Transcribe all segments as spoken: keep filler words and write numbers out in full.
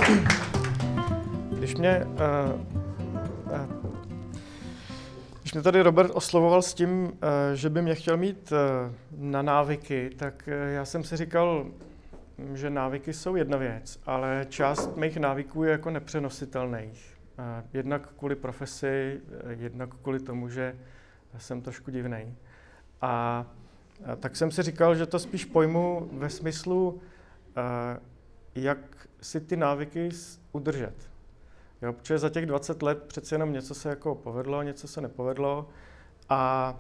Když mě, uh, uh, když mě tady Robert oslovoval s tím, uh, že by mě chtěl mít uh, na návyky, tak uh, já jsem si říkal, že návyky jsou jedna věc, ale část mých návyků je jako nepřenositelných. Uh, jednak kvůli profesi, uh, jednak kvůli tomu, že jsem trošku divnej. A uh, tak jsem si říkal, že to spíš pojmu ve smyslu, uh, jak si ty návyky udržet. Jo, protože za těch dvacet let přece jenom něco se jako povedlo, něco se nepovedlo a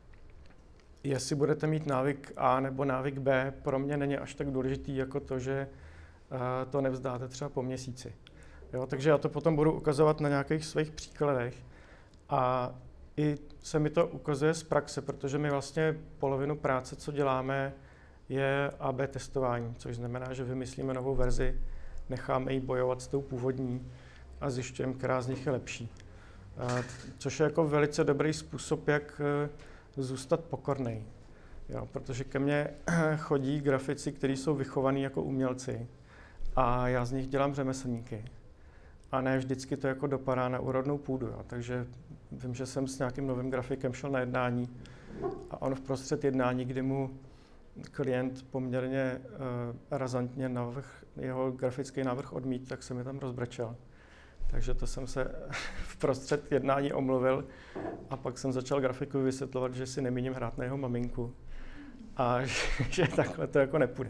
jestli budete mít návyk A nebo návyk B, pro mě není až tak důležitý jako to, že uh, to nevzdáte třeba po měsíci. Jo, takže já to potom budu ukazovat na nějakých svých příkladech a i se mi to ukazuje z praxe, protože my vlastně polovinu práce, co děláme, je A B testování, což znamená, že vymyslíme novou verzi, necháme ji bojovat s tou původní a zjišťujeme, která z nich je lepší. Což je jako velice dobrý způsob, jak zůstat pokornej. Jo, protože ke mně chodí grafici, kteří jsou vychovaní jako umělci a já z nich dělám řemeslníky. A ne vždycky to jako dopadá na úrodnou půdu. Jo. Takže vím, že jsem s nějakým novým grafikem šel na jednání a on vprostřed jednání, kdy mu klient poměrně uh, razantně navrh, jeho grafický návrh odmít, tak se mi tam rozbrečel. Takže to jsem se vprostřed jednání omluvil a pak jsem začal grafiku vysvětlovat, že si nemíním hrát na jeho maminku a že, že takhle to jako nepůjde.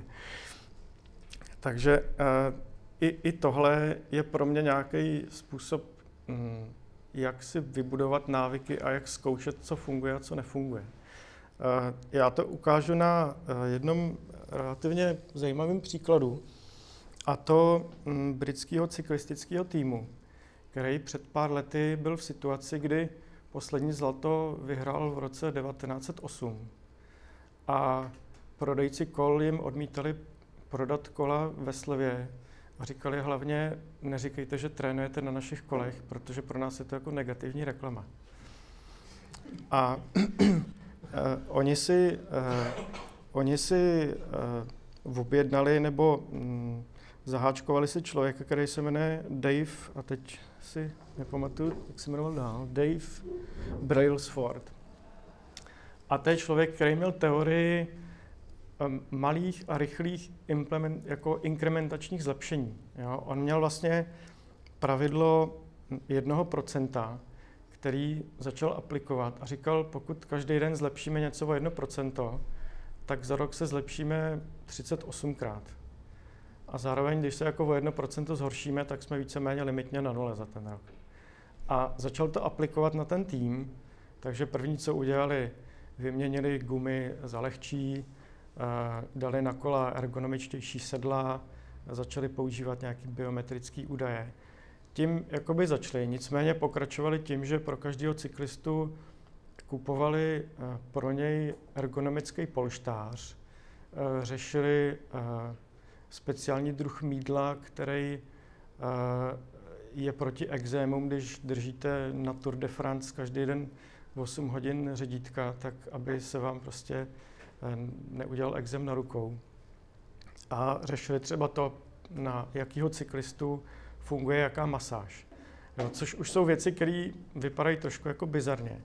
Takže uh, i, i tohle je pro mě nějaký způsob, um, jak si vybudovat návyky a jak zkoušet, co funguje a co nefunguje. Uh, já to ukážu na uh, jednom relativně zajímavém příkladu, a to um, britského cyklistického týmu, který před pár lety byl v situaci, kdy poslední zlato vyhrál v roce devatenáct set osm. A prodejci kol jim odmítali prodat kola ve slevě a říkali hlavně, neříkejte, že trénujete na našich kolech, protože pro nás je to jako negativní reklama. A Uh, oni si, uh, oni si uh, objednali nebo um, zaháčkovali si člověka, který se jmenuje Dave, a teď si nepamatuju, jak se jmenoval dál, Dave Brailsford. A to je člověk, který měl teorii um, malých a rychlých implement, jako inkrementačních zlepšení. Jo? On měl vlastně pravidlo jednoho procenta, který začal aplikovat a říkal, pokud každý den zlepšíme něco o jedno procento, tak za rok se zlepšíme třicet osmkrát. A zároveň, když se jako o jedno procento zhoršíme, tak jsme víceméně limitně na nule za ten rok. A začal to aplikovat na ten tým, takže první, co udělali, vyměnili gumy za lehčí, dali na kola ergonomičtější sedla, začali používat nějaké biometrické údaje. Tím jakoby začali, nicméně pokračovali tím, že pro každého cyklistu kupovali pro něj ergonomický polštář, řešili speciální druh mýdla, který je proti ekzémům, když držíte na Tour de France každý den osm hodin řidítka, tak aby se vám prostě neudělal ekzém na rukou. A řešili třeba to, na jakýho cyklistu funguje jaká masáž. Jo, což už jsou věci, které vypadají trošku jako bizarně.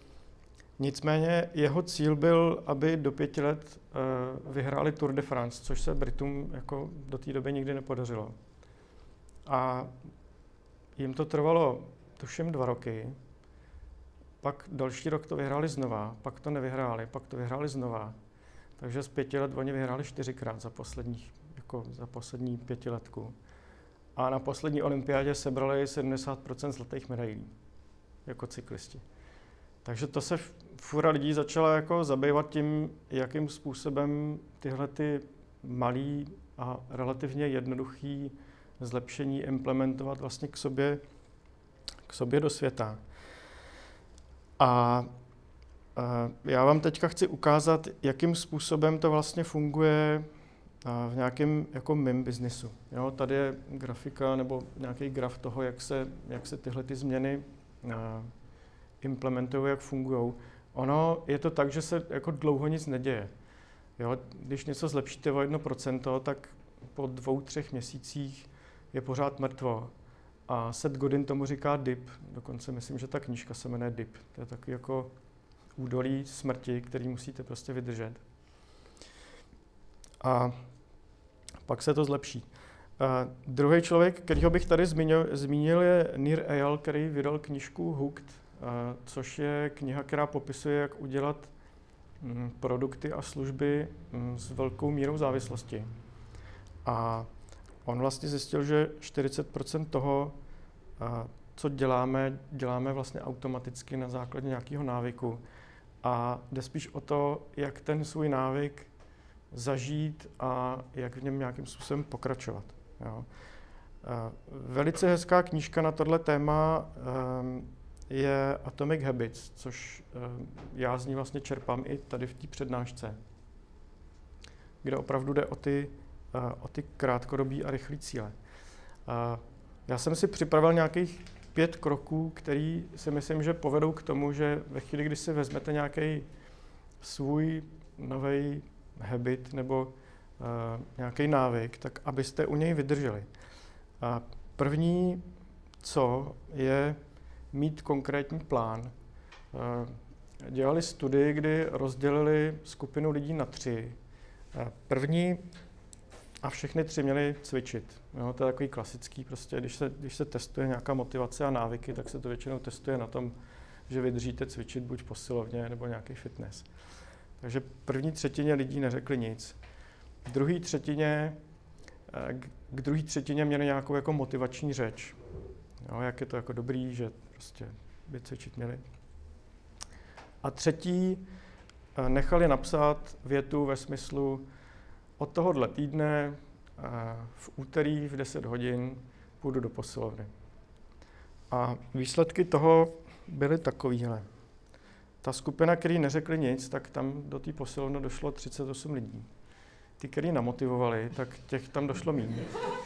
Nicméně jeho cíl byl, aby do pěti let uh, vyhráli Tour de France, což se Britům jako do té doby nikdy nepodařilo. A jim to trvalo tuším dva roky, pak další rok to vyhráli znova, pak to nevyhráli, pak to vyhráli znova. Takže z pěti let oni vyhráli čtyřikrát za, posledních, jako za poslední pětiletku. A na poslední olympiádě sebrali sedmdesát procent zlatých medailí jako cyklisti. Takže to se fura lidí začala jako zabývat tím, jakým způsobem tyhle ty malý a relativně jednoduchý zlepšení implementovat vlastně k sobě, k sobě do světa. A já vám teďka chci ukázat, jakým způsobem to vlastně funguje v nějakém jako mým biznisu. Jo, tady je grafika nebo nějaký graf toho, jak se, jak se tyhle ty změny implementují, jak fungují. Ono je to tak, že se jako dlouho nic neděje. Jo, když něco zlepšíte o jedno procento, tak po dvou, třech měsících je pořád mrtvo. A Seth Godin tomu říká dip, dokonce myslím, že ta knížka se jmenuje Dip. To je takový jako údolí smrti, který musíte prostě vydržet. A pak se to zlepší. Uh, druhý člověk, kterýho bych tady zmínil, zmínil je Nir Eyal, který vydal knížku Hooked, uh, což je kniha, která popisuje, jak udělat um, produkty a služby um, s velkou mírou závislosti. A on vlastně zjistil, že čtyřicet procent toho, uh, co děláme, děláme vlastně automaticky na základě nějakého návyku. A jde spíš o to, jak ten svůj návyk zažít a jak v něm nějakým způsobem pokračovat. Jo. Velice hezká knížka na tohle téma je Atomic Habits, což já z ní vlastně čerpám i tady v té přednášce, kde opravdu jde o ty, o ty krátkodobý a rychlý cíle. Já jsem si připravil nějakých pět kroků, který si myslím, že povedou k tomu, že ve chvíli, kdy si vezmete nějaký svůj nový habit nebo uh, nějaký návyk, tak abyste u něj vydrželi. A první, co je mít konkrétní plán. Uh, dělali studii, kdy rozdělili skupinu lidí na tři. Uh, první a všechny tři měli cvičit. Jo, to je takový klasický, prostě, když se, když se testuje nějaká motivace a návyky, tak se to většinou testuje na tom, že vydržíte cvičit buď v posilovně nebo nějaký fitness. Takže první třetině lidí neřekli nic. V druhé třetině, k druhé třetině měli nějakou jako motivační řeč. Jo, jak je to jako dobrý, že prostě by cvičit měli. A třetí nechali napsat větu ve smyslu od tohohle týdne v úterý v deset hodin půjdu do posilovny. A výsledky toho byly takovýhle. Ta skupina, který neřekli nic, tak tam do té posilovny došlo třicet osm lidí. Ty, který namotivovali, tak těch tam došlo méně.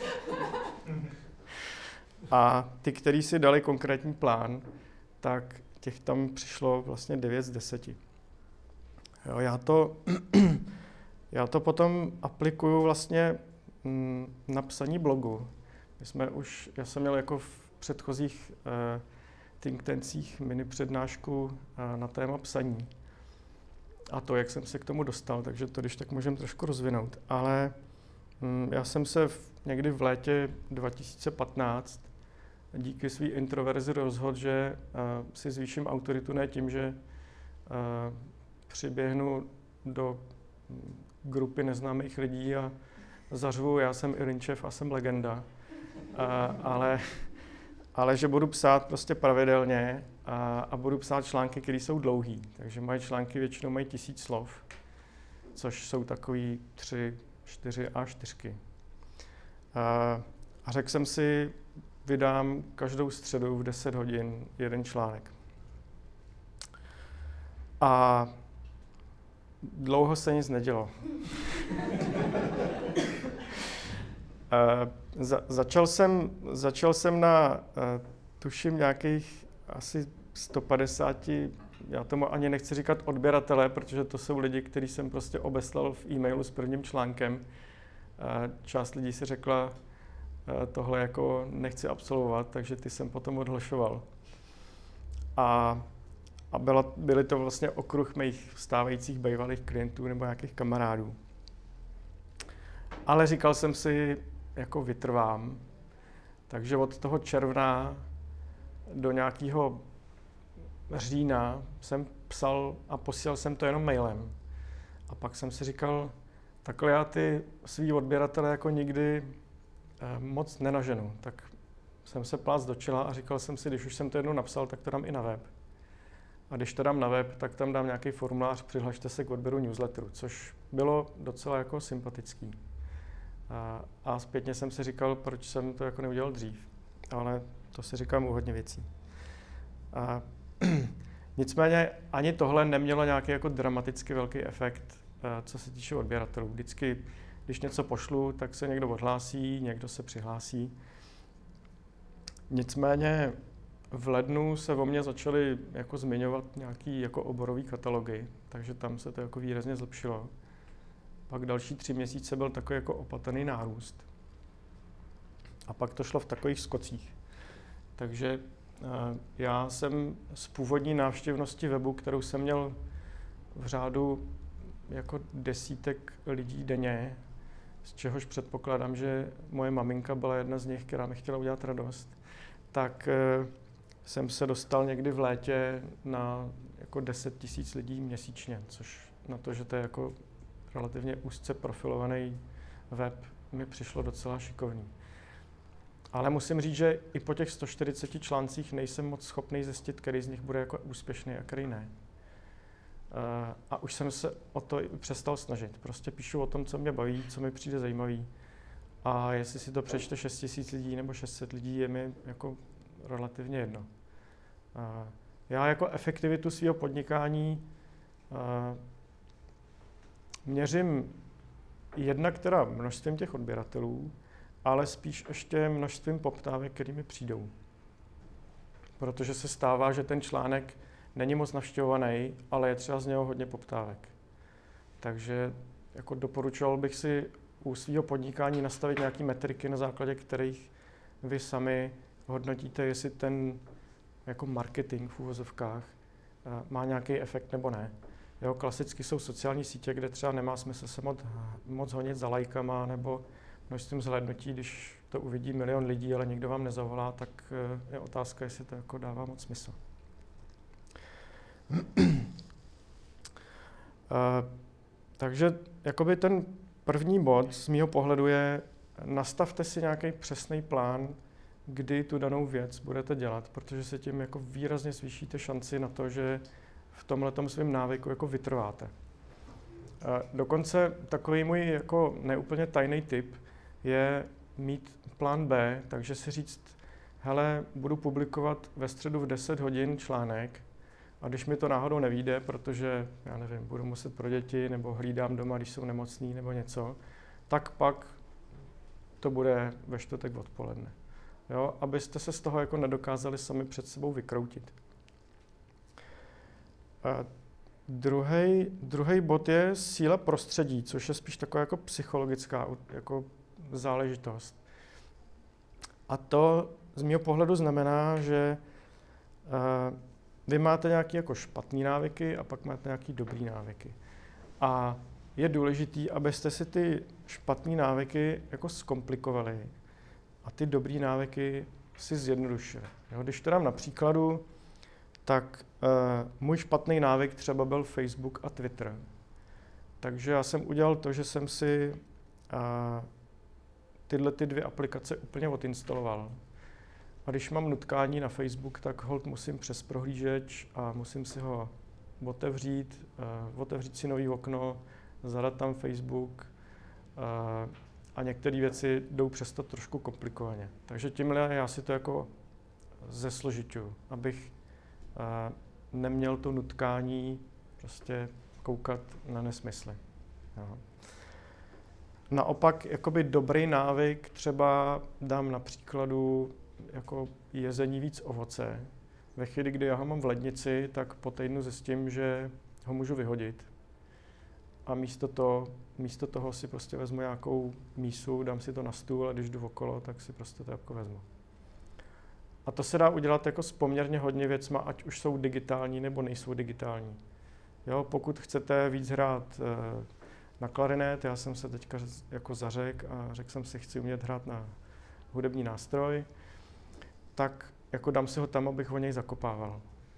A ty, který si dali konkrétní plán, tak těch tam přišlo vlastně devět z deseti. Jo, já to, já to potom aplikuju vlastně na psaní blogu. My jsme už, já jsem měl jako v předchozích eh, think tancích mini přednášku eh, na téma psaní. A to, jak jsem se k tomu dostal, takže to když tak můžeme trošku rozvinout. Ale hm, já jsem se v, někdy v létě dva tisíce patnáct díky své introverzi rozhodl, že uh, si zvýším autoritu ne tím, že uh, přiběhnu do grupy neznámých lidí a zařvu, já jsem Irinčev a jsem legenda, uh, ale, ale že budu psát prostě pravidelně a, a budu psát články, které jsou dlouhý. Takže moje články většinou mají tisíc slov, což jsou takový tři, čtyři a čtyřky. Uh, a řekl jsem si, vydám každou středu v deset hodin jeden článek. A dlouho se nic nedělo. Za, začal, jsem, začal jsem na, tuším, nějakých asi sto padesát, já tomu ani nechci říkat odběratele, protože to jsou lidi, který jsem prostě obeslal v e-mailu s prvním článkem. Část lidí si řekla, tohle jako nechci absolvovat, takže ty jsem potom odhlašoval. A, a byla, byly to vlastně okruh mých stávajících bývalých klientů nebo nějakých kamarádů. Ale říkal jsem si, jako vytrvám, takže od toho června do nějakého října jsem psal a posílal jsem to jenom mailem. A pak jsem si říkal, takhle já ty svý odběratele jako nikdy moc nenaženu, tak jsem se plác do čela a říkal jsem si, když už jsem to jednou napsal, tak to dám i na web. A když to dám na web, tak tam dám nějaký formulář, přihlašte se k odběru newsletteru, což bylo docela jako sympatický. A, a zpětně jsem si říkal, proč jsem to jako neudělal dřív, ale to si říkám u hodně věcí. A, nicméně ani tohle nemělo nějaký jako dramaticky velký efekt, co se týče odběratelů. Vždycky když něco pošlu, tak se někdo odhlásí, někdo se přihlásí. Nicméně v lednu se o mě začaly jako zmiňovat nějaký jako oborový katalogy, takže tam se to jako výrazně zlepšilo. Pak další tři měsíce byl takový jako opatrný nárůst. A pak to šlo v takových skocích. Takže já jsem z původní návštěvnosti webu, kterou jsem měl v řádu jako desítek lidí denně, z čehož předpokládám, že moje maminka byla jedna z nich, která mi chtěla udělat radost, tak jsem se dostal někdy v létě na jako deset tisíc lidí měsíčně, což na to, že to je jako relativně úzce profilovaný web, mi přišlo docela šikovný. Ale musím říct, že i po těch sto čtyřiceti článcích nejsem moc schopný zjistit, který z nich bude jako úspěšný a který ne. A už jsem se o to přestal snažit. Prostě píšu o tom, co mě baví, co mi přijde zajímavý. A jestli si to přečte šest tisíc lidí nebo šest set lidí, je mi jako relativně jedno. Já jako efektivitu svého podnikání měřím jednak teda množstvím těch odběratelů, ale spíš ještě množstvím poptávek, které mi přijdou. Protože se stává, že ten článek není moc navštěvovaný, ale je třeba z něho hodně poptávek. Takže jako doporučoval bych si u svého podnikání nastavit nějaké metriky, na základě kterých vy sami hodnotíte, jestli ten jako marketing v uvozovkách má nějaký efekt nebo ne. Jo, klasicky jsou sociální sítě, kde třeba nemá smysl se moc, moc honit za lajkama nebo množstvím zhlédnutí, když to uvidí milion lidí, ale nikdo vám nezavolá, tak je otázka, jestli to jako dává moc smysl. uh, takže jakoby ten první bod z mýho pohledu je, nastavte si nějaký přesný plán, kdy tu danou věc budete dělat, protože se tím jako výrazně zvýšíte šanci na to, že v tomhletom svém návyku jako vytrváte. Dokonce takový můj jako neúplně tajný tip je mít plán B, takže si říct, hele, budu publikovat ve středu v deset hodin článek a když mi to náhodou nevyjde, protože, já nevím, budu muset pro děti nebo hlídám doma, když jsou nemocný nebo něco, tak pak to bude ve čtvrtek odpoledne. Jo, abyste se z toho jako nedokázali sami před sebou vykroutit. Druhý, druhý bod je síla prostředí, což je spíš taková jako psychologická jako záležitost. A to z mého pohledu znamená, že uh, vy máte nějaké jako špatné návyky a pak máte nějaké dobré návyky. A je důležité, abyste si ty špatné návyky jako zkomplikovali a ty dobré návyky si zjednodušili. Jo, když to dám na příkladu, tak uh, můj špatný návyk třeba byl Facebook a Twitter. Takže já jsem udělal to, že jsem si uh, tyhle ty dvě aplikace úplně odinstaloval. A když mám nutkání na Facebook, tak holt musím přes prohlížeč a musím si ho otevřít, uh, otevřít si nový okno, zadat tam Facebook uh, a některé věci jdou přesto trošku komplikovaně. Takže tímhle já si to jako zesložiťuju, abych uh, neměl to nutkání prostě koukat na nesmysly. Jo. Naopak, jakoby dobrý návyk třeba dám na příkladu jako jezení víc ovoce. Ve chvíli, kdy já ho mám v lednici, tak po týdnu zjistím, že ho můžu vyhodit. A místo, to, místo toho si prostě vezmu nějakou mísu, dám si to na stůl a když jdu okolo, tak si prostě to jabko vezmu. A to se dá udělat jako s poměrně hodně věcma, ať už jsou digitální nebo nejsou digitální. Jo, pokud chcete víc hrát e, na klarinet, já jsem se teďka jako zařekl a řekl jsem si, chci umět hrát na hudební nástroj, tak jako dám si ho tam, abych o něj zakopával.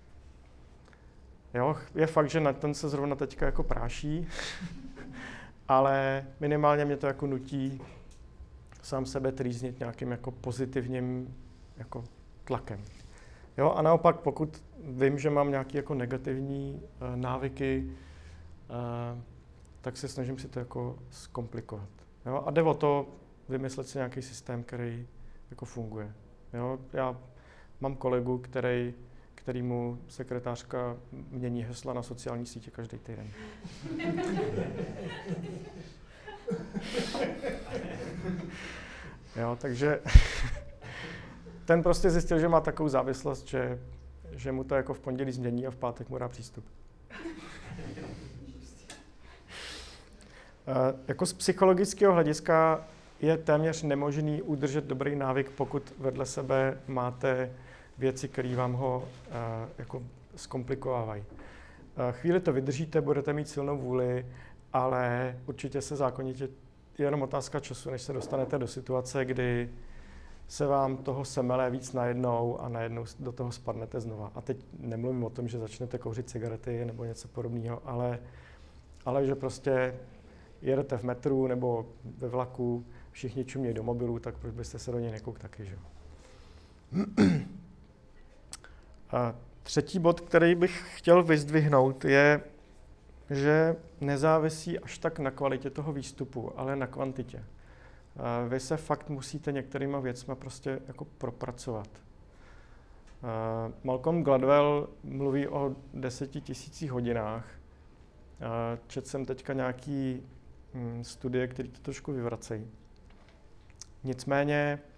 Jo, je fakt, že na ten se zrovna teďka jako práší, ale minimálně mě to jako nutí sám sebe trýznit nějakým jako pozitivním jako tlakem. Jo, a naopak, pokud vím, že mám nějaké jako negativní uh, návyky, uh, tak se snažím si to jako zkomplikovat. Jo, a jde o to vymyslet si nějaký systém, který jako funguje. Jo, já mám kolegu, který, kterýmu sekretářka mění hesla na sociální sítě každý týden. Jo, takže ten prostě zjistil, že má takovou závislost, že, že mu to jako v pondělí změní a v pátek mu dá přístup. Uh, jako z psychologického hlediska je téměř nemožný udržet dobrý návyk, pokud vedle sebe máte věci, které vám ho uh, jako zkomplikovávají. Uh, chvíli to vydržíte, budete mít silnou vůli, ale určitě se zákonitě je jenom otázka času, než se dostanete do situace, kdy se vám toho semele víc najednou a najednou do toho spadnete znova. A teď nemluvím o tom, že začnete kouřit cigarety nebo něco podobného, ale, ale že prostě jedete v metru nebo ve vlaku, všichni čumějí do mobilu, tak proč byste se do něj nekouk taky, že? A třetí bod, který bych chtěl vyzdvihnout, je, že nezávisí až tak na kvalitě toho výstupu, ale na kvantitě. Vy se fakt musíte některýma věcma prostě jako propracovat. Malcolm Gladwell mluví o deseti tisících hodinách. Četl jsem teďka nějaký studie, které to trošku vyvracejí. Nicméně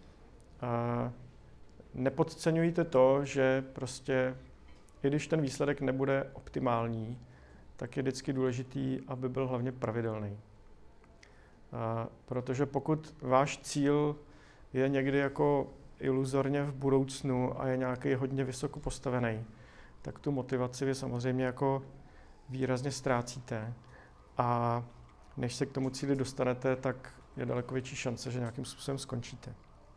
nepodceňujte to, že prostě, i když ten výsledek nebude optimální, tak je vždycky důležitý, aby byl hlavně pravidelný. A protože pokud váš cíl je někdy jako iluzorně v budoucnu a je nějaký hodně vysoko postavený, tak tu motivaci vy samozřejmě jako výrazně ztrácíte. A než se k tomu cíli dostanete, tak je daleko větší šance, že nějakým způsobem skončíte.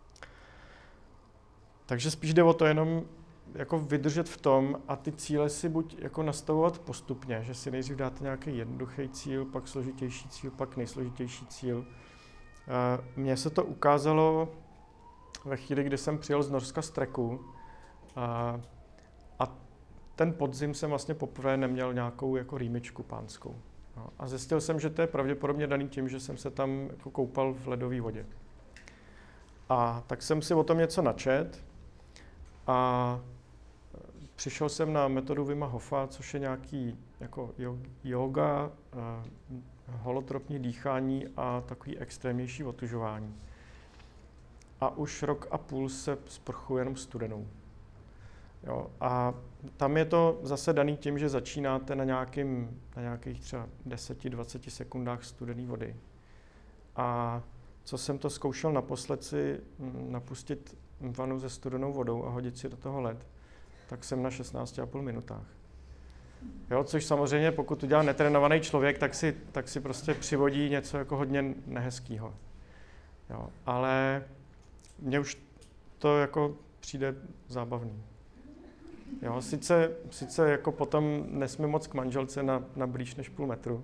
Takže spíš jde o to jenom jako vydržet v tom a ty cíle si buď jako nastavovat postupně, že si nejdřív dáte nějaký jednoduchý cíl, pak složitější cíl, pak nejsložitější cíl. Mně se to ukázalo ve chvíli, kdy jsem přijel z Norska z treku a, a ten podzim jsem vlastně poprvé neměl nějakou jako rýmičku pánskou. No, a zjistil jsem, že to je pravděpodobně daný tím, že jsem se tam jako koupal v ledové vodě. A tak jsem si o tom něco načet a přišel jsem na metodu Wima Hofa, což je nějaký jako yoga, holotropní dýchání a takový extrémnější otužování. A už rok a půl se sprchuji jenom studenou. Jo, a tam je to zase daný tím, že začínáte na, nějakým, na nějakých třeba deset až dvacet sekundách studené vody. A co jsem to zkoušel naposled si napustit vanu se studenou vodou a hodit si do toho led, tak jsem na šestnáct a půl minutách. Jo, což samozřejmě, pokud to dělá netrénovaný člověk, tak si, tak si prostě přivodí něco jako hodně nehezkýho. Jo, ale mně už to jako přijde zábavný. Jo, sice, sice jako potom nesmím moc k manželce na, na blíž než půl metru,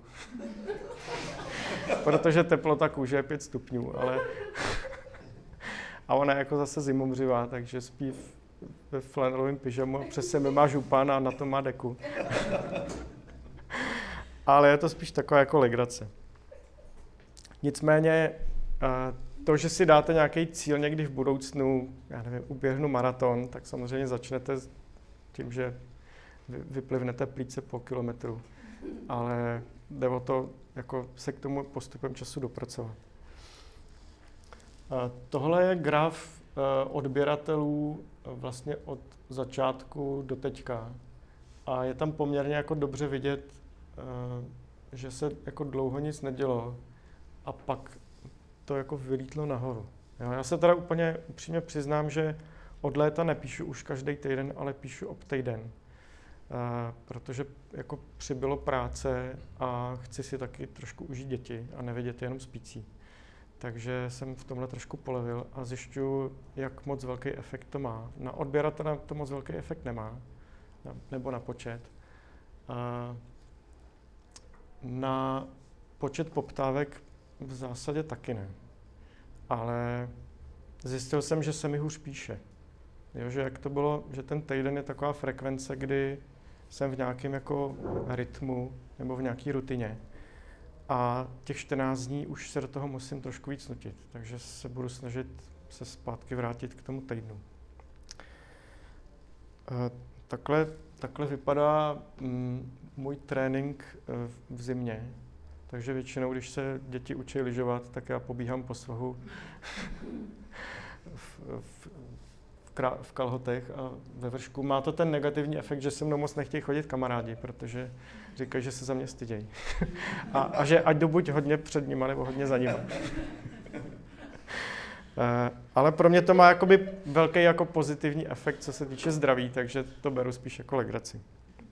protože teplota kůže je pět stupňů, ale a ona je jako zase zimomřivá, takže spí ve flanelovém pyžamu a přes sebe má župan a na to má deku. Ale je to spíš taková jako legrace. Nicméně to, že si dáte nějaký cíl někdy v budoucnu, já nevím, uběhnu maraton, tak samozřejmě začnete tím, že vyplivnete plíce po kilometru. Ale jde o to, jako se k tomu postupem času dopracovat. Tohle je graf odběratelů vlastně od začátku do teďka. A je tam poměrně jako dobře vidět, že se jako dlouho nic nedělo a pak to jako vylítlo nahoru. Jo, já se teda úplně upřímně přiznám, že od léta nepíšu už každý týden, ale píšu ob týden. Uh, protože jako přibylo práce a chci si taky trošku užít děti a nevidět jenom spící. Takže jsem v tomhle trošku polevil a zjišťuju, jak moc velký efekt to má. Na odběratele to moc velký efekt nemá, nebo na počet. Uh, na počet poptávek v zásadě taky ne. Ale zjistil jsem, že se mi hůř píše. Jo, že jak to bylo, že ten týden je taková frekvence, kdy jsem v nějakém jako rytmu nebo v nějaké rutině. A těch čtrnáct dní už se do toho musím trošku víc nutit. Takže se budu snažit se zpátky vrátit k tomu týdnu. E, takhle, takhle vypadá mm, můj trénink e, v zimě. Takže většinou, když se děti učí lyžovat, tak já pobíhám po svahu v, v, v, krá, v kalhotech a ve vršku. Má to ten negativní efekt, že se mnou moc nechtějí chodit kamarádi, protože říkají, že se za mě stydějí. a, a že ať jdu buď hodně před nima, nebo hodně za nima. ale pro mě to má jakoby velký jako pozitivní efekt, co se týče zdraví, takže to beru spíš jako legraci.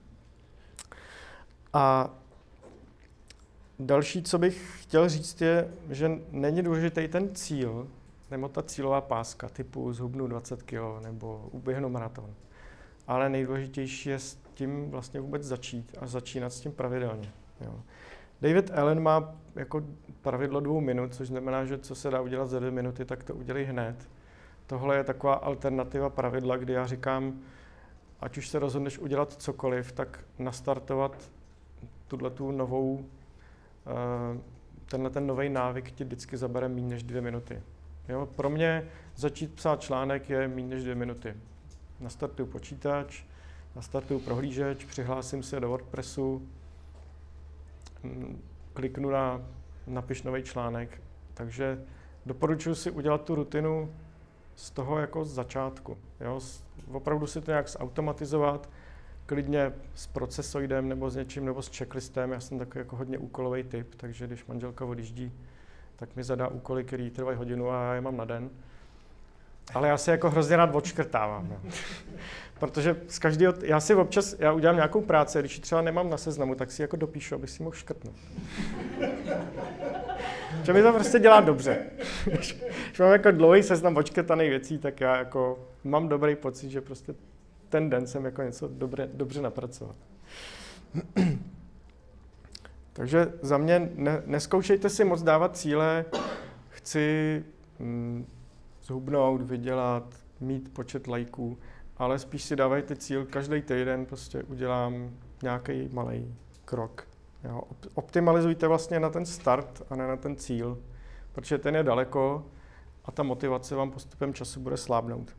A další, co bych chtěl říct, je, že není důležitý ten cíl, nebo ta cílová páska typu zhubnu dvacet kilo nebo uběhnu maraton. Ale nejdůležitější je s tím vlastně vůbec začít a začínat s tím pravidelně. Jo. David Allen má jako pravidlo dvou minut, což znamená, že co se dá udělat za dvě minuty, tak to udělej hned. Tohle je taková alternativa pravidla, kdy já říkám, ať už se rozhodneš udělat cokoliv, tak nastartovat tuhletu novou, tenhle ten nový návyk ti vždycky zabere méně než dvě minuty. Jo, pro mě začít psát článek je méně než dvě minuty. Nastartuju počítač, nastartuju prohlížeč, přihlásím se do WordPressu, kliknu na napiš nový článek. Takže doporučuji si udělat tu rutinu z toho jako z začátku. Jo? Opravdu si to nějak zautomatizovat, klidně s procesoidem nebo s něčím, nebo s checklistem. Já jsem takový jako hodně úkolový typ, takže když manželka odjíždí, tak mi zadá úkoly, které trvají hodinu a já je mám na den. Ale já si jako hrozně rád odškrtávám. No. Protože z každého, já si občas, já udělám nějakou práci, když ji třeba nemám na seznamu, tak si jako dopíšu, abych si mohl škrtnout. Že mi to prostě dělá dobře. Když mám jako dlouhý seznam odškrtaných věcí, tak já jako mám dobrý pocit, že prostě ten den jsem jako něco dobře, dobře napracoval. Takže za mě ne, neskoušejte si moc dávat cíle, chci hm, zhubnout, vydělat, mít počet lajků, ale spíš si dávejte cíl, každý týden prostě udělám nějaký malý krok. Jo. Optimalizujte vlastně na ten start a ne na ten cíl, protože ten je daleko a ta motivace vám postupem času bude slábnout.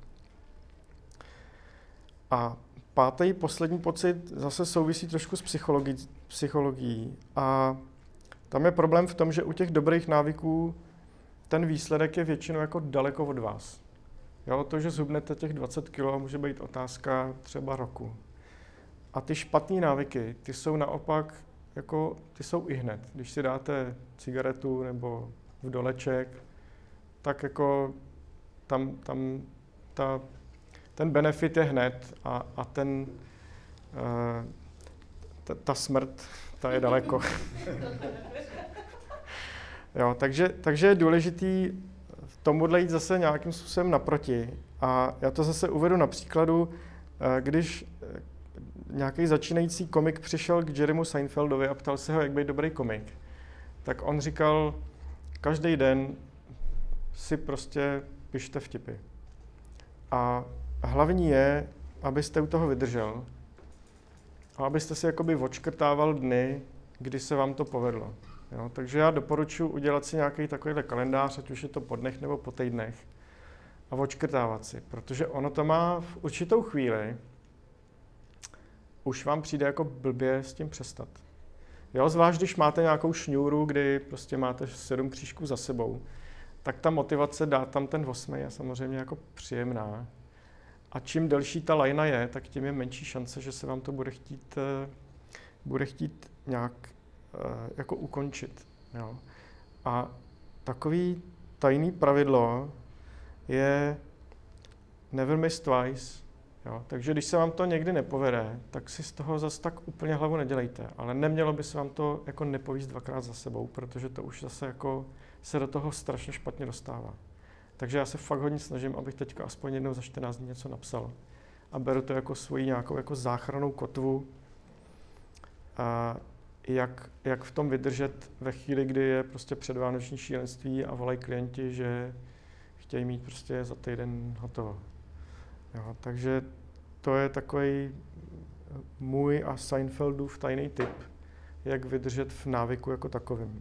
A pátý, poslední pocit zase souvisí trošku s psychologií, psychologií a tam je problém v tom, že u těch dobrých návyků ten výsledek je většinou jako daleko od vás. Jo, to, že zhubnete těch dvacet kilo, může být otázka třeba roku. A ty špatné návyky, ty jsou naopak, jako, ty jsou i hned. Když si dáte cigaretu nebo vdoleček, tak jako tam, tam ta, ten benefit je hned a, a ten, uh, ta, ta smrt, ta je daleko. Jo, takže, takže je důležitý tomuhle jít zase nějakým způsobem naproti. A já to zase uvedu na příkladu, když nějaký začínající komik přišel k Jerrymu Seinfeldovi a ptal se ho, jak být dobrý komik, tak on říkal, každý den si prostě pište vtipy. A hlavní je, abyste u toho vydržel a abyste si jakoby odškrtával dny, kdy se vám to povedlo. Jo, takže já doporučuji udělat si nějaký takovýhle kalendář, ať už je to po dnech nebo po týdnech, a odškrtávat si, protože ono to má v určitou chvíli, už vám přijde jako blbě s tím přestat. Jo, zvlášť když máte nějakou šňůru, kdy prostě máte sedm křížků za sebou, tak ta motivace dát tam ten osmý je samozřejmě jako příjemná. A čím delší ta lajna je, tak tím je menší šance, že se vám to bude chtít, bude chtít nějak jako ukončit. Jo. A takový tajný pravidlo je never miss twice. Jo. Takže když se vám to někdy nepovede, tak si z toho zase tak úplně hlavu nedělejte. Ale nemělo by se vám to jako nepovíst dvakrát za sebou, protože to už zase jako se do toho strašně špatně dostává. Takže já se fakt hodně snažím, abych teďka aspoň jednou za čtrnáct dní něco napsal. A beru to jako svoji nějakou jako záchrannou kotvu. A Jak, jak v tom vydržet ve chvíli, kdy je prostě předvánoční šílenství a volají klienti, že chtějí mít prostě za týden hotovo. Jo, takže to je takový můj a Seinfeldův tajný tip, jak vydržet v návyku jako takovým.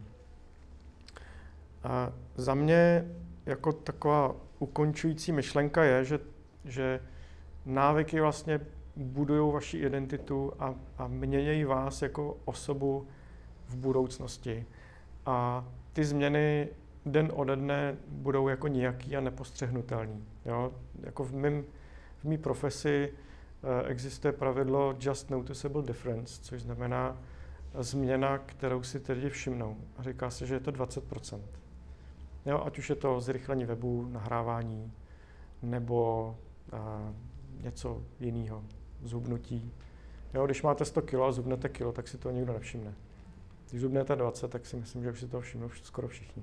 A za mě jako taková ukončující myšlenka je, že, že návyky vlastně budují vaši identitu a, a měnějí vás jako osobu v budoucnosti. A ty změny den ode dne budou jako nijaký a nepostřehnutelný. Jo? Jako v mým, v mý profesi eh, existuje pravidlo just noticeable difference, což znamená změna, kterou si tedy všimnou. A říká se, že je to dvacet procent. Jo, ať už je to zrychlení webu, nahrávání, nebo a, něco jiného, zhubnutí. Jo, když máte sto kilo a zhubnete kilo, tak si to nikdo nevšimne. Když zhubnete dvacet, tak si myslím, že už si to všimnou skoro všichni.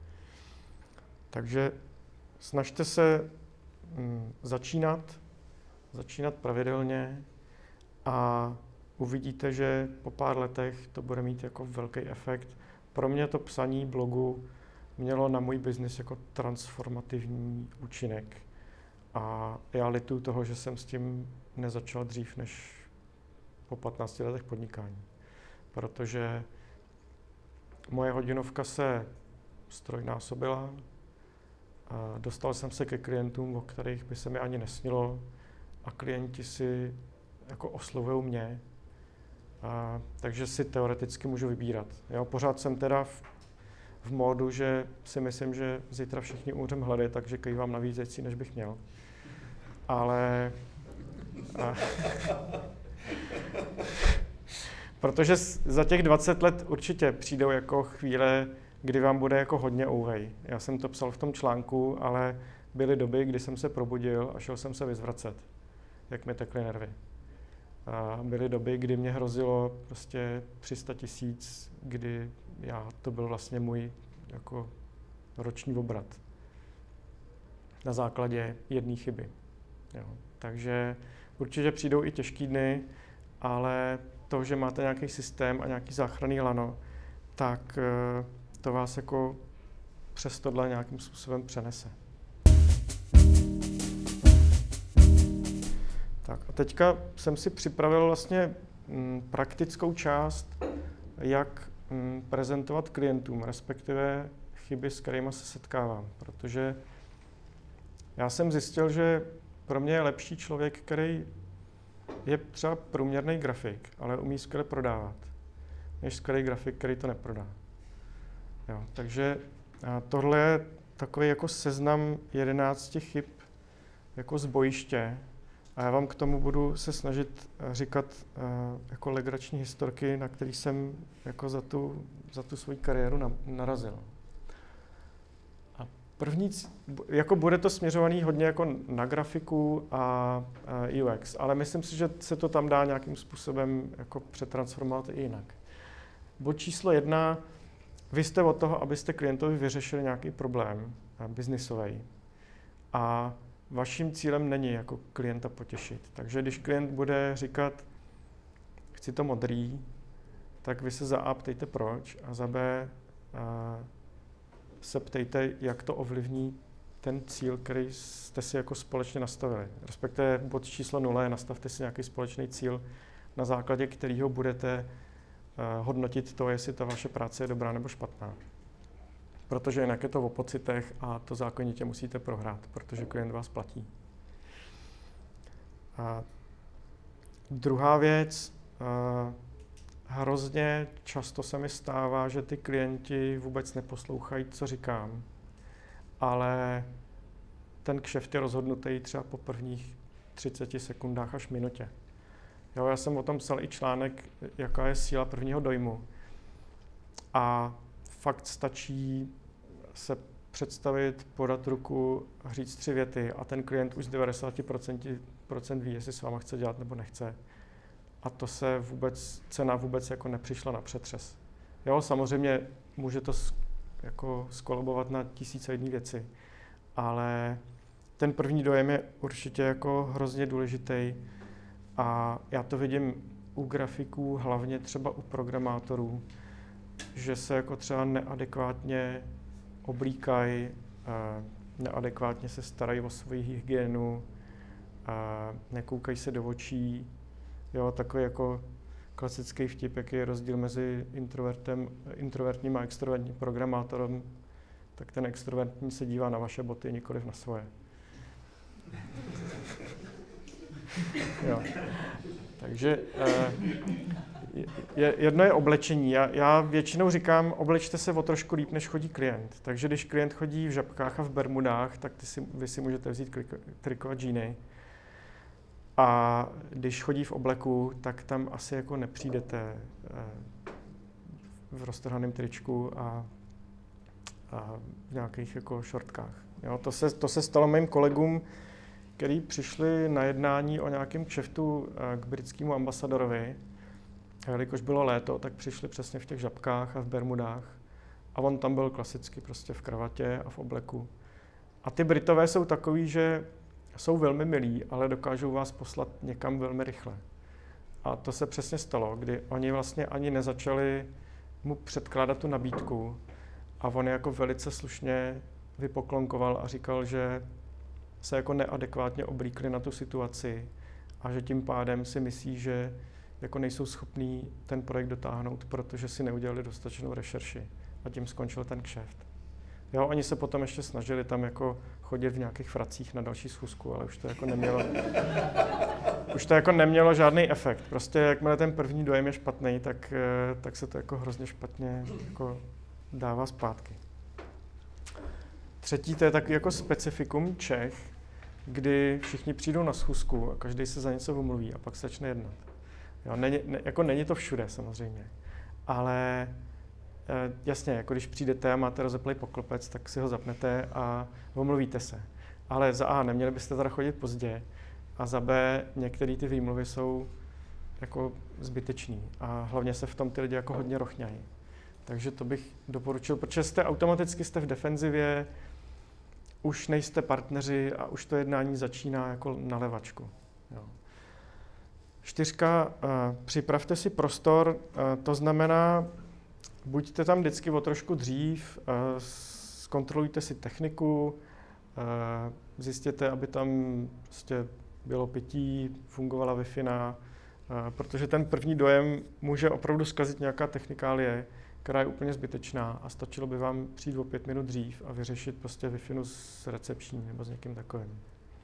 Takže snažte se mm, začínat, začínat pravidelně a uvidíte, že po pár letech to bude mít jako velký efekt. Pro mě to psaní blogu mělo na můj biznis jako transformativní účinek. A já lituju toho, že jsem s tím nezačal dřív než po patnácti letech podnikání. Protože moje hodinovka se strojnásobila, a dostal jsem se ke klientům, o kterých by se mi ani nesnilo, a klienti si jako oslovují mě, a, takže si teoreticky můžu vybírat. Jo, pořád jsem teda v, v módu, že si myslím, že zítra všichni umřem hlady, takže kývám navíc věcí, než bych měl. Ale... A, protože za těch dvacet let určitě přijdou jako chvíle, kdy vám bude jako hodně ouvej. Já jsem to psal v tom článku, ale byly doby, kdy jsem se probudil a šel jsem se vyzvracet, jak mi tekly nervy. A byly doby, kdy mě hrozilo prostě tři sta tisíc, kdy já, to byl vlastně můj jako roční obrat na základě jedné chyby. Jo. Takže určitě přijdou i těžký dny, ale to, že máte nějaký systém a nějaký záchranný lano, tak to vás jako přes tohle nějakým způsobem přenese. Tak a teďka jsem si připravil vlastně m, praktickou část, jak m, prezentovat klientům, respektive chyby, s kterými se setkávám, protože já jsem zjistil, že pro mě je lepší člověk, který je třeba průměrný grafik, ale umí skvěle prodávat, než skvělý grafik, který to neprodá. Jo, takže tohle je takový jako seznam jedenácti chyb jako z bojiště a já vám k tomu budu se snažit říkat uh, jako legrační historky, na který jsem jako za tu, za tu svou kariéru na, narazil. A první, jako bude to směřovaný hodně jako na grafiku a uh, U X, ale myslím si, že se to tam dá nějakým způsobem jako přetransformovat i jinak. Bod číslo jedna. Vy jste od toho, abyste klientovi vyřešili nějaký problém biznisový. A vaším cílem není jako klienta potěšit. Takže když klient bude říkat, chci to modrý, tak vy se za A ptejte proč a za B a se ptejte, jak to ovlivní ten cíl, který jste si jako společně nastavili. Respektive bod číslo nula je nastavte si nějaký společný cíl, na základě kterého budete hodnotit to, jestli ta vaše práce je dobrá nebo špatná. Protože jinak je to o pocitech a to zákonitě musíte prohrát, protože klient vás platí. A druhá věc, hrozně často se mi stává, že ty klienti vůbec neposlouchají, co říkám, ale ten kšeft je rozhodnutý třeba po prvních třiceti sekundách až minutě. Jo, já jsem o tom psal i článek, jaká je síla prvního dojmu. A fakt stačí se představit, podat ruku, říct tři věty a ten klient už z devadesát procent ví, jestli s váma chce dělat nebo nechce. A to se vůbec, cena vůbec jako nepřišla na přetřes. Jo, samozřejmě může to jako skolabovat na tisíce jedné věci, ale ten první dojem je určitě jako hrozně důležitý. A já to vidím u grafiků, hlavně třeba u programátorů, že se jako třeba neadekvátně oblíkají, neadekvátně se starají o svoji hygienu, nekoukají se do očí. Jo, takový jako klasický vtip, jaký je rozdíl mezi introvertem, introvertním a extrovertním programátorem, tak ten extrovertní se dívá na vaše boty, nikoliv na svoje. Jo. Takže je, jedno je oblečení. Já, já většinou říkám, oblečte se o trošku líp, než chodí klient. Takže když klient chodí v žabkách a v bermudách, tak ty si, vy si můžete vzít triko a džíny. A když chodí v obleku, tak tam asi jako nepřijdete v roztrhaném tričku a, v nějakých jako shortkách. Jo, to, se, to se stalo mým kolegům, kteří přišli na jednání o nějakém kšeftu k britskému ambasadorovi. Jelikož bylo léto, tak přišli přesně v těch žabkách a v bermudách. A on tam byl klasicky prostě v kravatě a v obleku. A ty Britové jsou takový, že jsou velmi milí, ale dokážou vás poslat někam velmi rychle. A to se přesně stalo, kdy oni vlastně ani nezačali mu předkládat tu nabídku a on jako velice slušně vypoklonkoval a říkal, že se jako neadekvátně oblíkli na tu situaci a že tím pádem si myslí, že jako nejsou schopní ten projekt dotáhnout, protože si neudělali dostatečnou rešerši a tím skončil ten kšeft. Jo, oni se potom ještě snažili tam jako chodit v nějakých fracích na další schůzku, ale už to jako nemělo, už to jako nemělo žádný efekt. Prostě jakmile ten první dojem je špatný, tak, tak se to jako hrozně špatně jako dává zpátky. Třetí, to je takový jako specifikum Čech, kdy všichni přijdou na schůzku a každý se za něco omluví a pak se začne jednat. Jo, není, ne, jako není to všude samozřejmě, ale e, jasně, jako když přijdete a máte rozeplej poklopec, tak si ho zapnete a omluvíte se. Ale za A, neměli byste teda chodit pozdě a za B, některé ty výmluvy jsou jako zbytečný a hlavně se v tom ty lidi jako hodně rochňají. Takže to bych doporučil, protože jste automaticky jste v defenzivě, už nejste partneři a už to jednání začíná jako na levačku. Jo. Čtyřka, uh, připravte si prostor, uh, to znamená, buďte tam vždycky o trošku dřív, uh, zkontrolujte si techniku, uh, zjistěte, aby tam prostě bylo pití, fungovala Wi-Fi, uh, protože ten první dojem může opravdu zkazit nějaká technikálie, která je úplně zbytečná a stačilo by vám přijít o pět minut dřív a vyřešit prostě Wi-Fi s recepční nebo s někým takovým.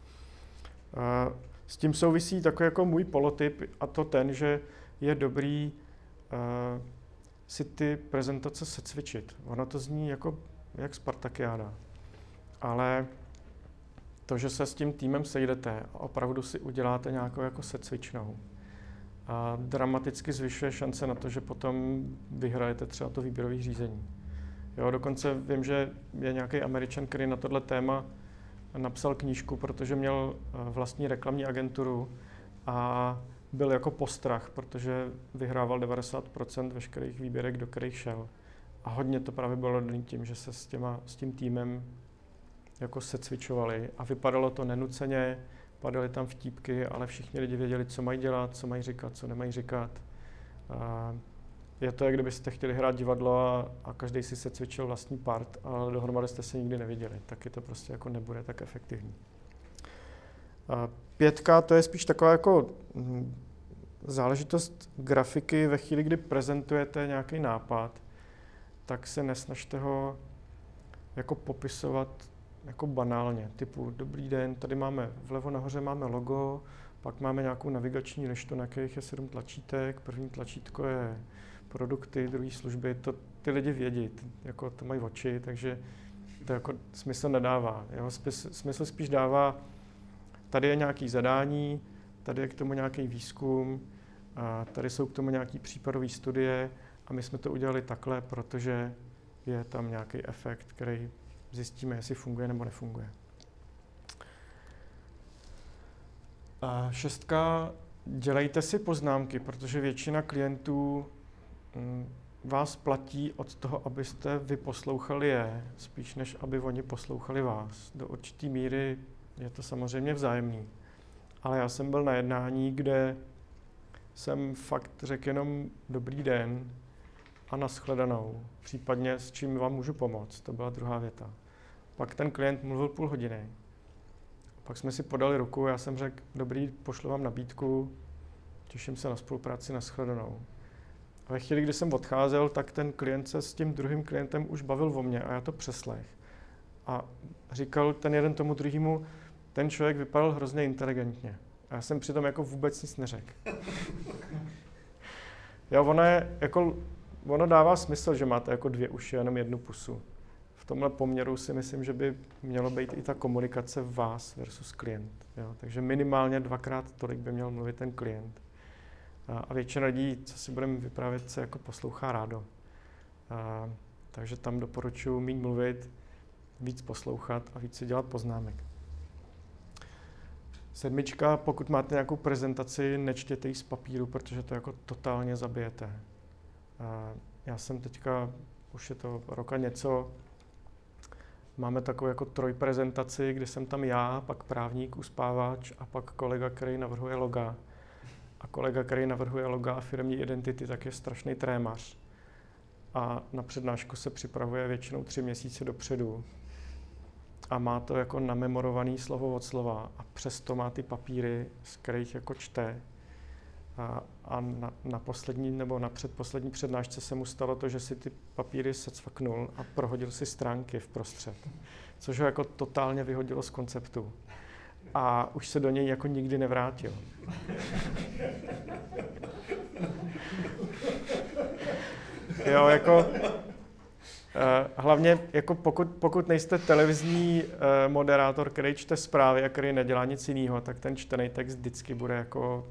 Uh, S tím souvisí takový jako můj polotyp a to ten, že je dobrý uh, si ty prezentace secvičit. Ono to zní jako jak Spartakiáda, ale to, že se s tím týmem sejdete a opravdu si uděláte nějakou jako secvičnou, a dramaticky zvyšuje šance na to, že potom vyhrajete třeba to výběrové řízení. Jo, dokonce vím, že je nějaký Američan, který na tohle téma napsal knížku, protože měl vlastní reklamní agenturu a byl jako postrach, protože vyhrával devadesát procent veškerých výběrek, do kterých šel. A hodně to právě bylo daný tím, že se s, těma, s tím týmem jako secvičovali a vypadalo to nenuceně, padaly tam vtípky, ale všichni lidi věděli, co mají dělat, co mají říkat, co nemají říkat. A je to, jak kdybyste chtěli hrát divadlo a, a každý si secvičil vlastní part, ale dohromady jste se nikdy neviděli. Taky to prostě jako nebude tak efektivní. A pětka, to je spíš taková jako hm, záležitost grafiky. Ve chvíli, kdy prezentujete nějaký nápad, tak se nesnažte ho jako popisovat jako banálně, typu dobrý den, tady máme vlevo nahoře máme logo, pak máme nějakou navigační lištu, na kterých je sedm tlačítek, první tlačítko je produkty, druhé služby, to ty lidi vědí, jako to mají oči, takže to jako smysl nedává. Jo? Smysl spíš dává, tady je nějaké zadání, tady je k tomu nějaký výzkum, a tady jsou k tomu nějaké případové studie a my jsme to udělali takhle, protože je tam nějaký efekt, který zjistíme, jestli funguje nebo nefunguje. A šestka, dělejte si poznámky, protože většina klientů m, vás platí od toho, abyste vy poslouchali je, spíš než aby oni poslouchali vás. Do určité míry je to samozřejmě vzájemný. Ale já jsem byl na jednání, kde jsem fakt řekl jenom dobrý den a nashledanou, případně s čím vám můžu pomoct. To byla druhá věta. Pak ten klient mluvil půl hodiny. Pak jsme si podali ruku, já jsem řekl, dobrý, pošlu vám nabídku, těším se na spolupráci, nashledanou. A ve chvíli, kdy jsem odcházel, tak ten klient se s tím druhým klientem už bavil o mně a já to přeslech. A říkal ten jeden tomu druhému, ten člověk vypadal hrozně inteligentně. A já jsem přitom jako vůbec nic neřekl. Jo, ono, je, jako, ono dává smysl, že máte jako dvě uši a jenom jednu pusu. V tomhle poměru si myslím, že by mělo být i ta komunikace vás versus klient. Jo? Takže minimálně dvakrát tolik by měl mluvit ten klient. A většina lidí, co si budeme vyprávět, se jako poslouchá rádo. A Takže tam doporučuji méně mluvit, víc poslouchat a víc si dělat poznámek. Sedmička, pokud máte nějakou prezentaci, nečtěte ji z papíru, protože to jako totálně zabijete. Já jsem teďka, už je to roka něco, máme takovou jako trojprezentaci, kde jsem tam já, pak právník, uspávač a pak kolega, který navrhuje loga. A kolega, který navrhuje loga a firmní identity, tak je strašný trémař. A na přednášku se připravuje většinou tři měsíce dopředu. A má to jako namemorovaný slovo od slova a přesto má ty papíry, z kterých jako čte. A, a na, na poslední nebo na předposlední přednášce se mu stalo to, že si ty papíry secvaknul a prohodil si stránky vprostřed. Což ho jako totálně vyhodilo z konceptu. A už se do něj jako nikdy nevrátil. Jo, jako... Uh, hlavně, jako pokud, pokud nejste televizní uh, moderátor, který čte zprávy a který nedělá nic jiného, tak ten čtený text vždycky bude jako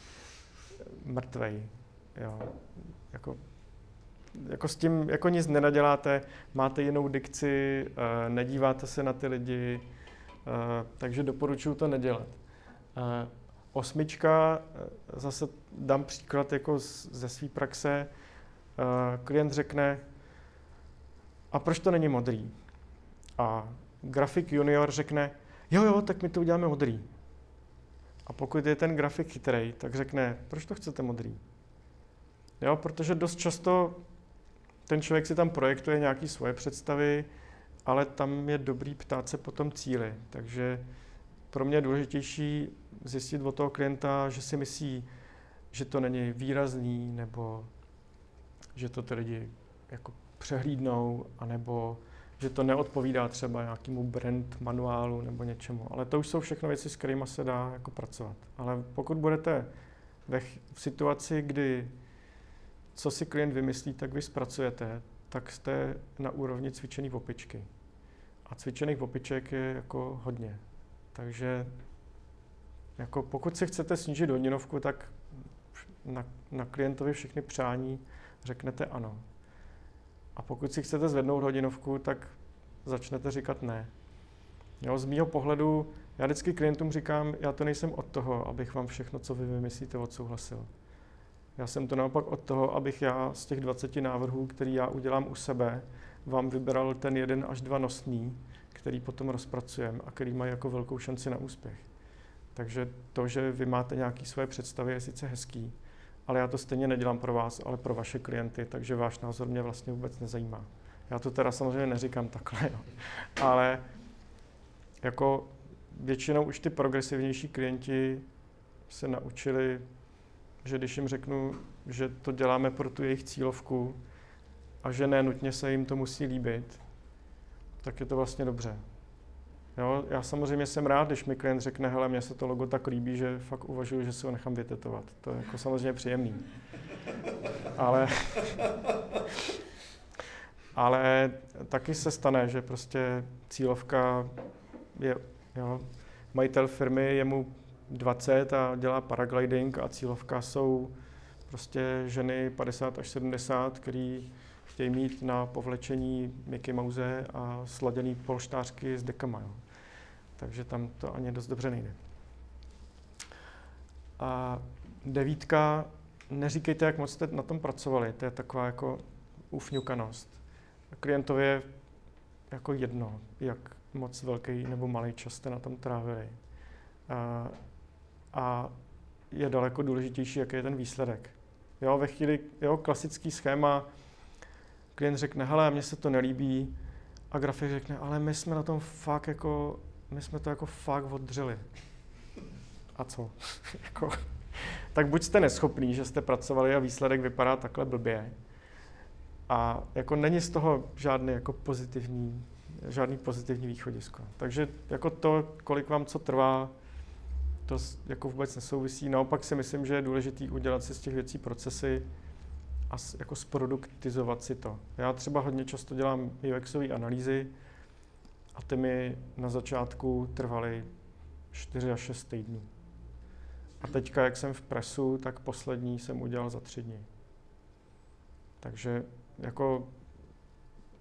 mrtvej. Jo. Jako, jako s tím jako nic nenaděláte, máte jinou dikci, uh, nedíváte se na ty lidi, uh, takže doporučuji to nedělat. Uh, osmička, uh, zase dám příklad jako z, ze své praxe. Uh, klient řekne, a proč to není modrý? A grafik junior řekne, jo, jo, tak my to uděláme modrý. A pokud je ten grafik chytrej, tak řekne, proč to chcete modrý? Jo, protože dost často ten člověk si tam projektuje nějaké svoje představy, ale tam je dobrý ptát se po tom cíli. Takže pro mě je důležitější zjistit od toho klienta, že si myslí, že to není výrazný, nebo že to ty lidi jako přehlídnou, anebo že to neodpovídá třeba nějakému brand manuálu nebo něčemu. Ale to už jsou všechno věci, s kterými se dá jako pracovat. Ale pokud budete ve ch- v situaci, kdy co si klient vymyslí, tak vy zpracujete, tak jste na úrovni cvičených opičky. A cvičených opiček je jako hodně. Takže jako pokud si chcete snížit hodinovku, tak na, na klientovi všechny přání řeknete ano. A pokud si chcete zvednout hodinovku, tak začnete říkat ne. Jo, z mýho pohledu, já vždycky klientům říkám, já to nejsem od toho, abych vám všechno, co vy vymyslíte, odsouhlasil. Já jsem to naopak od toho, abych já z těch dvaceti návrhů, který já udělám u sebe, vám vybral ten jeden až dva nosný, který potom rozpracujeme a který mají jako velkou šanci na úspěch. Takže to, že vy máte nějaké svoje představy, je sice hezký, ale já to stejně nedělám pro vás, ale pro vaše klienty, takže váš názor mě vlastně vůbec nezajímá. Já to teda samozřejmě neříkám takhle, jo. Ale jako většinou už ty progresivnější klienti se naučili, že když jim řeknu, že to děláme pro tu jejich cílovku a že ne nutně se jim to musí líbit, tak je to vlastně dobře. Jo, já samozřejmě jsem rád, když mi klient řekne, hele, mně se to logo tak líbí, že fakt uvažuji, že si ho nechám vytetovat. To je jako samozřejmě příjemný. Ale, ale taky se stane, že prostě cílovka je, jo, majitel firmy, je mu dvacet a dělá paragliding a cílovka jsou prostě ženy padesát až sedmdesát, který chtějí mít na povlečení Mickey Mouse a sladěný polštářky s dekama. Jo. Takže tam to ani dost dobře nejde. A devítka, neříkejte, jak moc jste na tom pracovali, to je taková jako ufňukanost. Klientovi je jako jedno, jak moc velký nebo malý čas jste na tom trávili. A, a je daleko důležitější, jaký je ten výsledek. Jo, ve chvíli, jo, klasický schéma, klient řekne, hele, mně se to nelíbí, a grafik řekne, ale my jsme na tom fakt jako, my jsme to jako fakt oddřeli. A co? jako, tak buď jste neschopný, že jste pracovali a výsledek vypadá takhle blbě. A jako není z toho žádný jako pozitivní, žádný pozitivní východisko. Takže jako to, kolik vám co trvá, to jako vůbec nesouvisí. Naopak si myslím, že je důležitý udělat si z těch věcí procesy a jako zproduktizovat si to. Já třeba hodně často dělám U Xové analýzy a ty mi na začátku trvaly čtyři až šest týdnů. A teďka, jak jsem v presu, tak poslední jsem udělal za tři dny. Takže jako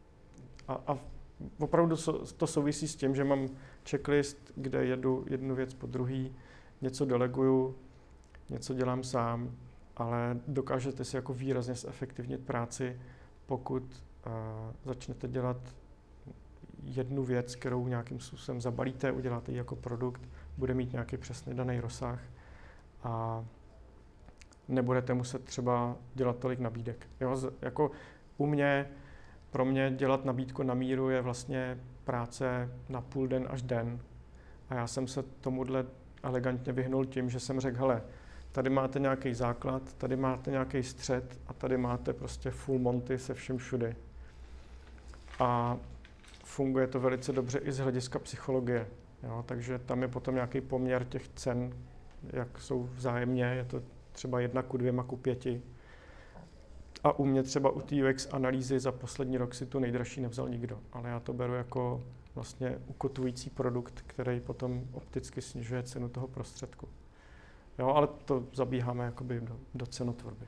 a, a opravdu to souvisí s tím, že mám checklist, kde jedu jednu věc po druhý, něco deleguju, něco dělám sám, ale dokážete si jako výrazně zefektivnit práci, pokud uh, začnete dělat jednu věc, kterou nějakým způsobem zabalíte, uděláte ji jako produkt, bude mít nějaký přesně daný rozsah a nebudete muset třeba dělat tolik nabídek. Jo, z, jako u mě, pro mě dělat nabídku na míru je vlastně práce na půl den až den. A já jsem se tomuhle elegantně vyhnul tím, že jsem řekl, hele, tady máte nějaký základ, tady máte nějaký střed a tady máte prostě full monty se všem všudy. A funguje to velice dobře i z hlediska psychologie. Jo, takže tam je potom nějaký poměr těch cen, jak jsou vzájemně, je to třeba jedna ku dvěma ku pěti. A u mě třeba u té U X analýzy za poslední rok si tu nejdražší nevzal nikdo, ale já to beru jako vlastně ukotvující produkt, který potom opticky snižuje cenu toho prostředku. Jo, ale to zabíháme jakoby do, do cenotvorby.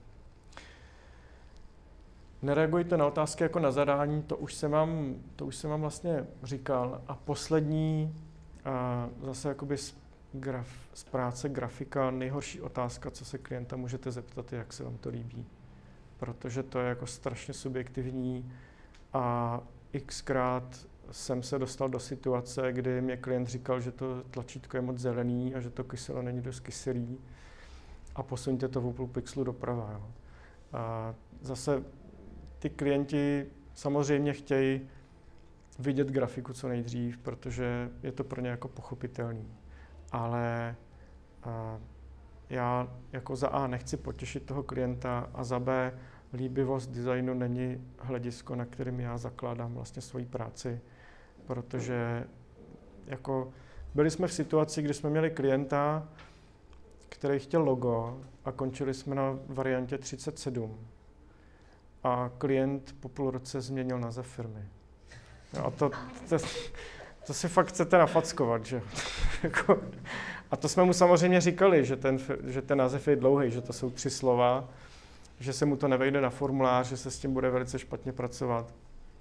Nereagujte na otázky jako na zadání, to už jsem vám, to už jsem vám vlastně říkal. A poslední, a zase jakoby z, graf, z práce grafika, nejhorší otázka, co se klienta můžete zeptat, je, jak se vám to líbí. Protože to je jako strašně subjektivní a xkrát jsem se dostal do situace, kdy mě klient říkal, že to tlačítko je moc zelený a že to kyselo není dost kyselý a posuňte to o půl pixelu doprava. Jo. A zase ty klienti samozřejmě chtějí vidět grafiku co nejdřív, protože je to pro ně jako pochopitelný. Ale a, já jako za A nechci potěšit toho klienta a za B líbivost designu není hledisko, na kterým já zakládám vlastně svoji práci, protože jako byli jsme v situaci, kdy jsme měli klienta, který chtěl logo a končili jsme na variantě třicet sedm. A klient po půl roce změnil název firmy. No a to, to, to si fakt chcete nafackovat, že A to jsme mu samozřejmě říkali, že ten, že ten název je dlouhý, že to jsou tři slova, že se mu to nevejde na formulář, že se s tím bude velice špatně pracovat.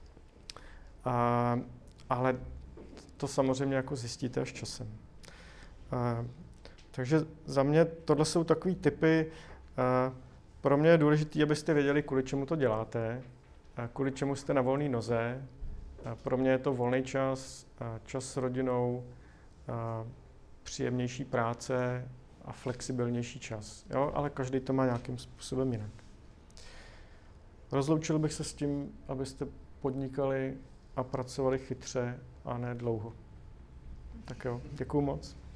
A, ale to samozřejmě jako zjistíte až časem. A, takže za mě tohle jsou takový typy. A, pro mě je důležité, abyste věděli, kvůli čemu to děláte, a kvůli čemu jste na volné noze. A pro mě je to volný čas, čas s rodinou, a příjemnější práce a flexibilnější čas. Jo? Ale každý to má nějakým způsobem jinak. Rozloučil bych se s tím, abyste podnikali a pracovali chytře a ne dlouho. Tak jo, děkuju moc.